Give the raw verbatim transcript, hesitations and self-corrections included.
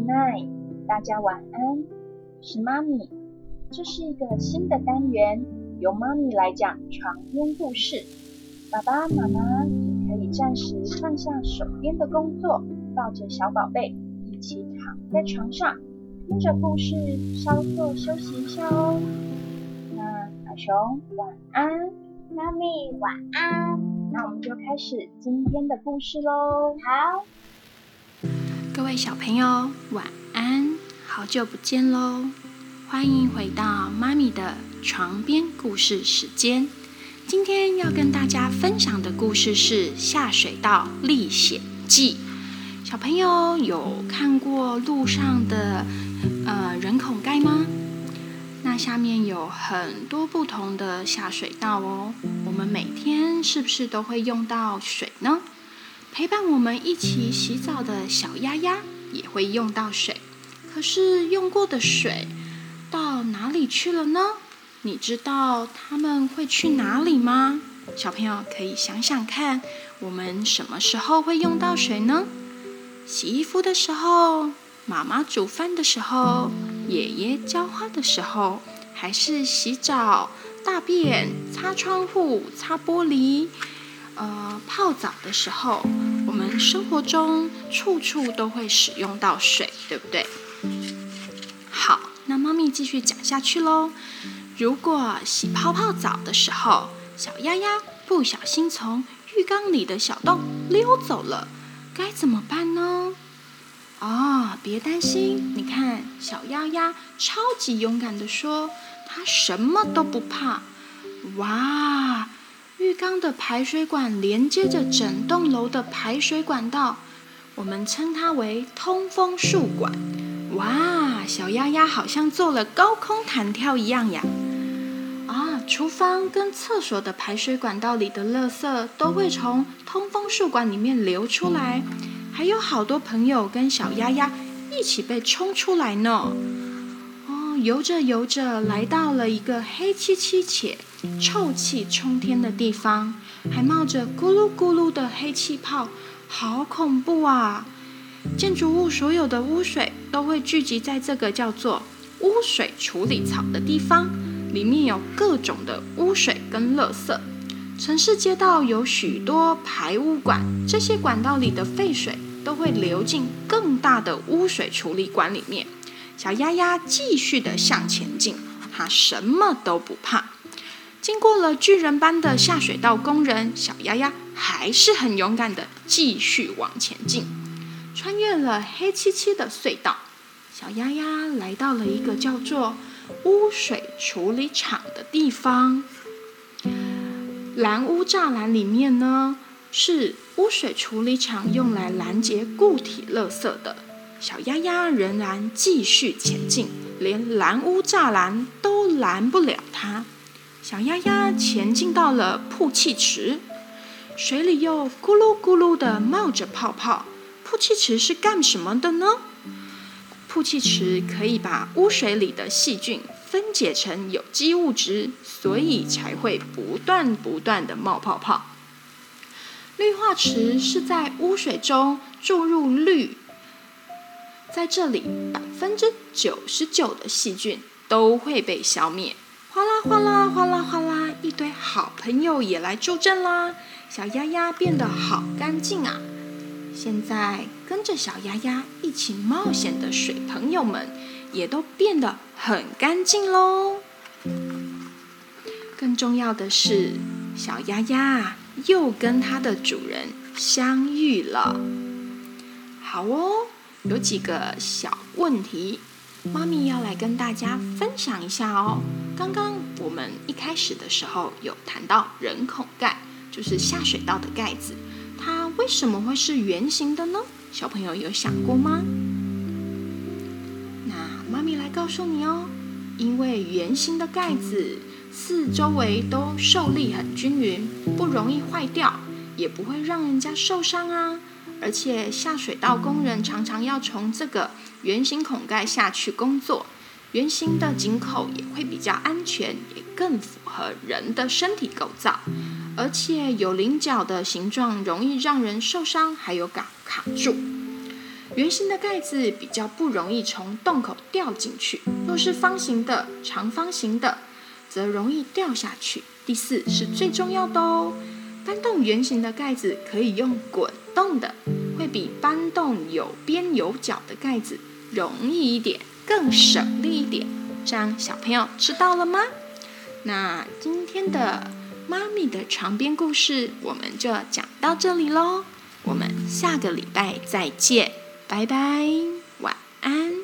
Good night， 大家晚安，是妈咪。这是一个新的单元，由妈咪来讲床边故事。爸爸妈妈也可以暂时放下手边的工作，抱着小宝贝一起躺在床上，听着故事稍作休息一下哦。那小熊晚安， 妈咪晚安。 那我们就开始今天的故事咯。 好， 各位小朋友晚安，好久不见咯，欢迎回到妈咪的床边故事时间。今天要跟大家分享的故事是《下水道历险记》。小朋友有看过路上的呃人孔盖吗？那下面有很多不同的下水道哦，我们每天是不是都会用到水呢？陪伴我们一起洗澡的小鸭鸭也会用到水，可是用过的水到哪里去了呢？你知道它们会去哪里吗？小朋友可以想想看，我们什么时候会用到水呢？洗衣服的时候，妈妈煮饭的时候，爷爷浇花的时候，还是洗澡、大便、擦窗户、擦玻璃、呃泡澡的时候，我们生活中处处都会使用到水，对不对？好，那妈咪继续讲下去咯。如果洗泡泡澡的时候，小鸭鸭不小心从浴缸里的小洞溜走了，该怎么办呢？哦，别担心，你看小鸭鸭超级勇敢地说，它什么都不怕。哇，浴缸的排水管连接着整栋楼的排水管道，我们称它为通风树管。哇，小鸭鸭好像做了高空弹跳一样呀！啊，厨房跟厕所的排水管道里的垃圾都会从通风树管里面流出来，还有好多朋友跟小鸭鸭一起被冲出来呢。哦，游着游着来到了一个黑漆漆且臭气冲天的地方，还冒着咕噜咕噜的黑气泡，好恐怖啊！建筑物所有的污水都会聚集在这个叫做污水处理槽的地方，里面有各种的污水跟垃圾。城市街道有许多排污管，这些管道里的废水都会流进更大的污水处理管里面。小鸭鸭继续的向前进，它什么都不怕。经过了巨人般的下水道工人，小鸭鸭还是很勇敢的继续往前进。穿越了黑漆漆的隧道，小鸭鸭来到了一个叫做污水处理厂的地方。拦污栅栏里面呢，是污水处理厂用来拦截固体垃圾的。小鸭鸭仍然继续前进，连拦污栅栏都拦不了它。小鸭鸭前进到了曝气池，水里又咕噜咕噜的冒着泡泡。曝气池是干什么的呢？曝气池可以把污水里的细菌分解成有机物质，所以才会不断不断的冒泡泡。氯化池是在污水中注入氯，在这里百分之九十九的细菌都会被消灭。哗啦哗啦哗啦哗啦，一堆好朋友也来助阵啦！小鸭鸭变得好干净啊！现在跟着小鸭鸭一起冒险的水朋友们也都变得很干净咯。更重要的是，小鸭鸭又跟它的主人相遇了。好哦，有几个小问题，妈咪要来跟大家分享一下哦。刚刚我们一开始的时候有谈到人孔盖，就是下水道的盖子，它为什么会是圆形的呢？小朋友有想过吗？那妈咪来告诉你哦，因为圆形的盖子四周围都受力很均匀，不容易坏掉，也不会让人家受伤啊。而且下水道工人常常要从这个圆形孔盖下去工作，圆形的井口也会比较安全，也更符合人的身体构造。而且有棱角的形状容易让人受伤，还有卡卡住。 圆形的盖子比较不容易从洞口掉进去，若是方形的、长方形的，则容易掉下去。第四是最重要的哦，搬动圆形的盖子可以用滚动的，会比搬动有边有角的盖子容易一点，更省力一点。这样小朋友知道了吗？那今天的妈咪的床边故事我们就讲到这里咯，我们下个礼拜再见，拜拜，晚安。